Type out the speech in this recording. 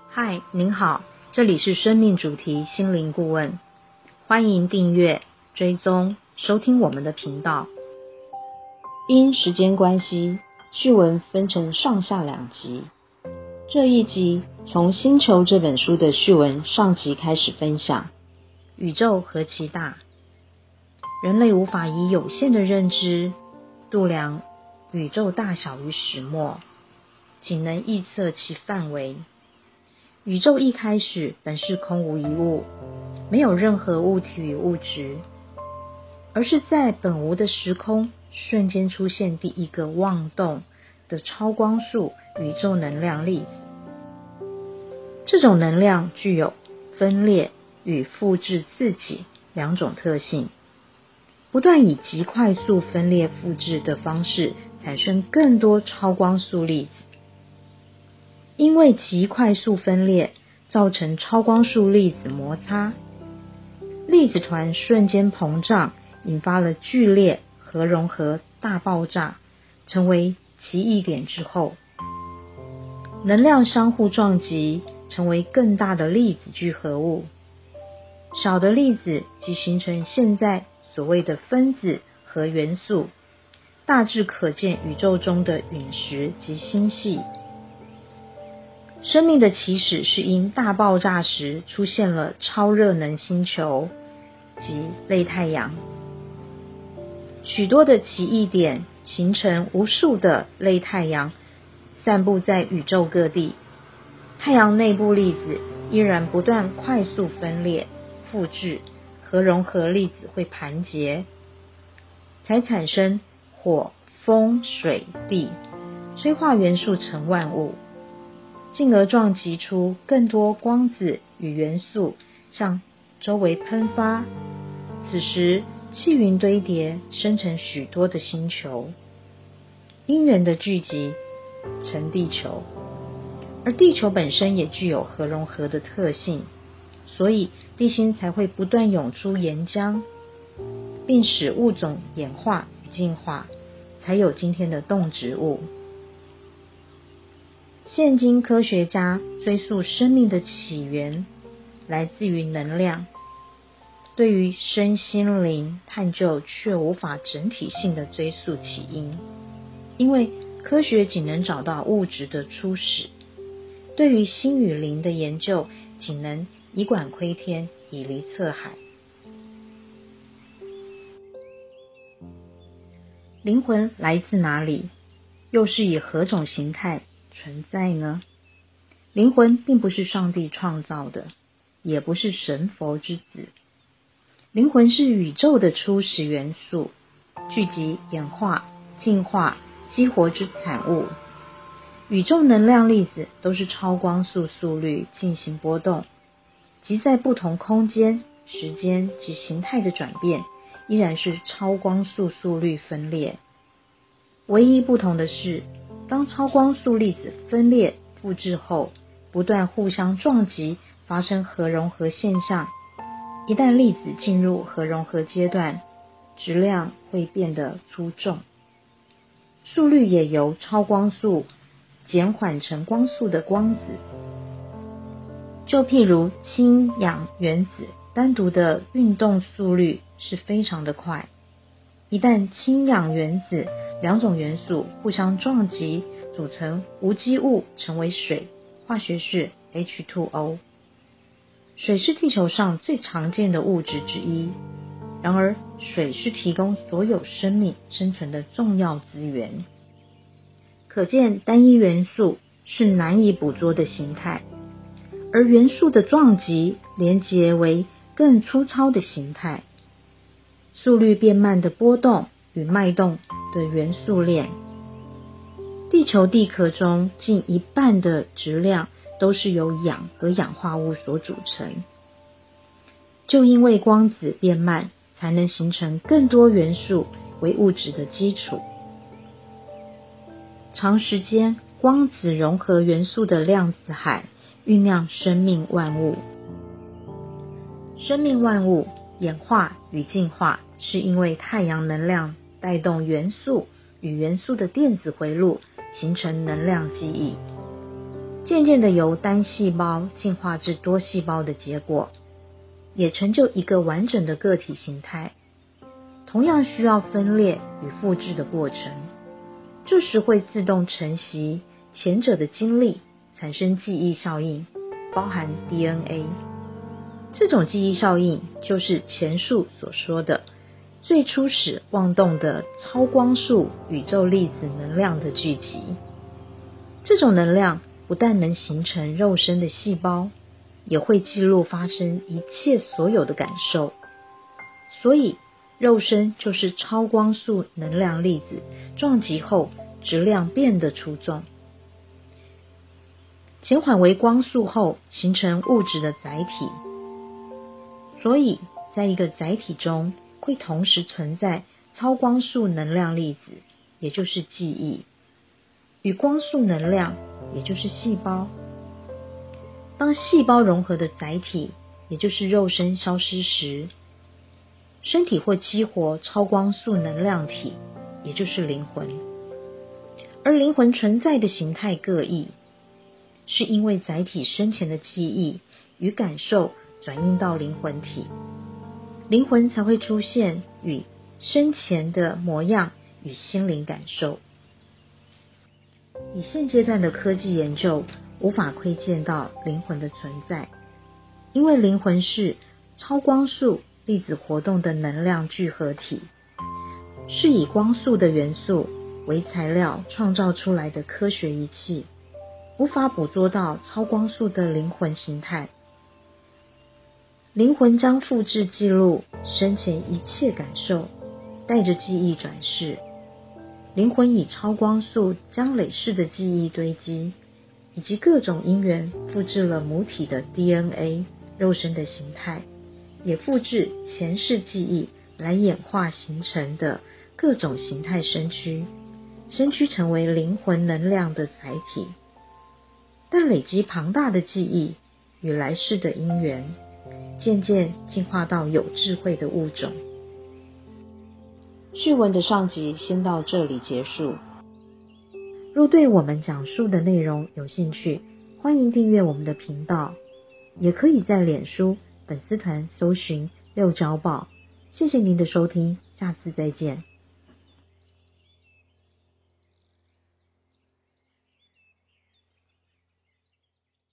嗨，您好，这里是生命主题心灵顾问，欢迎订阅、追踪、收听我们的频道。因时间关系，序文分成上下两集。这一集从《星球》这本书的序文上集开始分享。宇宙何其大，人类无法以有限的认知度量宇宙大小与始末，仅能臆测其范围。宇宙一开始本是空无一物，没有任何物体与物质，而是在本无的时空瞬间出现第一个妄动的超光速宇宙能量粒子。这种能量具有分裂与复制自己两种特性，不断以极快速分裂复制的方式产生更多超光速粒子。因为极快速分裂造成超光速粒子摩擦，粒子团瞬间膨胀，引发了剧烈核融合大爆炸，成为奇异点之后，能量相互撞击，成为更大的粒子聚合物。小的粒子即形成现在所谓的分子和元素，大致可见宇宙中的陨石及星系。生命的起始是因大爆炸时出现了超热能星球及类太阳，许多的奇异点形成无数的类太阳，散布在宇宙各地。太阳内部粒子依然不断快速分裂复制，核融合粒子会盘结，才产生火、风、水、地，催化元素成万物，进而撞击出更多光子与元素向周围喷发。此时气云堆叠，生成许多的星球，因缘的聚集成地球。而地球本身也具有核融合的特性，所以地心才会不断涌出岩浆，并使物种演化与进化，才有今天的动植物。现今科学家追溯生命的起源来自于能量，对于身心灵探究却无法整体性的追溯起因，因为科学仅能找到物质的初始，对于心与灵的研究仅能以管窥天，以离测海。灵魂来自哪里？又是以何种形态存在呢？灵魂并不是上帝创造的，也不是神佛之子。灵魂是宇宙的初始元素，聚集、演化、进化、激活之产物。宇宙能量粒子都是超光速速率进行波动，即在不同空间、时间及形态的转变，依然是超光速速率分裂。唯一不同的是，当超光速粒子分裂复制后，不断互相撞击，发生核融合现象。一旦粒子进入核融合阶段，质量会变得粗重，速率也由超光速减缓成光速的光子。就譬如氢氧原子单独的运动速率是非常的快，一旦氢氧原子两种元素互相撞击，组成无机物成为水，化学式 H2O。 水是地球上最常见的物质之一，然而水是提供所有生命生存的重要资源。可见单一元素是难以捕捉的形态，而元素的撞击连结为更粗糙的形态，速率变慢的波动与脉动的元素链。地球地壳中近一半的质量都是由氧和氧化物所组成，就因为光子变慢，才能形成更多元素为物质的基础。长时间光子融合元素的量子海，酝酿生命万物。生命万物演化与进化，是因为太阳能量带动元素与元素的电子回路，形成能量记忆。 渐渐的由单细胞进化至多细胞的结果，也成就一个完整的个体形态，同样需要分裂与复制的过程。这时会自动承袭前者的经历，产生记忆效应，包含 DNA。 这种记忆效应就是前述所说的最初始妄动的超光速宇宙粒子能量的聚集。这种能量不但能形成肉身的细胞，也会记录发生一切所有的感受。所以肉身就是超光速能量粒子撞击后质量变得出众，减缓为光速后形成物质的载体。所以在一个载体中会同时存在超光速能量粒子，也就是记忆，与光速能量，也就是细胞。当细胞融合的载体，也就是肉身消失时，身体会激活超光速能量体，也就是灵魂。而灵魂存在的形态各异，是因为载体生前的记忆与感受转印到灵魂体，灵魂才会出现与生前的模样与心灵感受。以现阶段的科技研究无法窥见到灵魂的存在，因为灵魂是超光速粒子活动的能量聚合体，是以光速的元素为材料创造出来的科学仪器，无法捕捉到超光速的灵魂形态。灵魂将复制记录生前一切感受，带着记忆转世。灵魂以超光速将累世的记忆堆积，以及各种因缘复制了母体的 DNA 肉身的形态，也复制前世记忆来演化形成的各种形态身躯，身躯成为灵魂能量的载体。但累积庞大的记忆与来世的因缘，渐渐进化到有智慧的物种。序文的上集先到这里结束。若对我们讲述的内容有兴趣，欢迎订阅我们的频道，也可以在脸书粉丝团搜寻六角宝。谢谢您的收听，下次再见。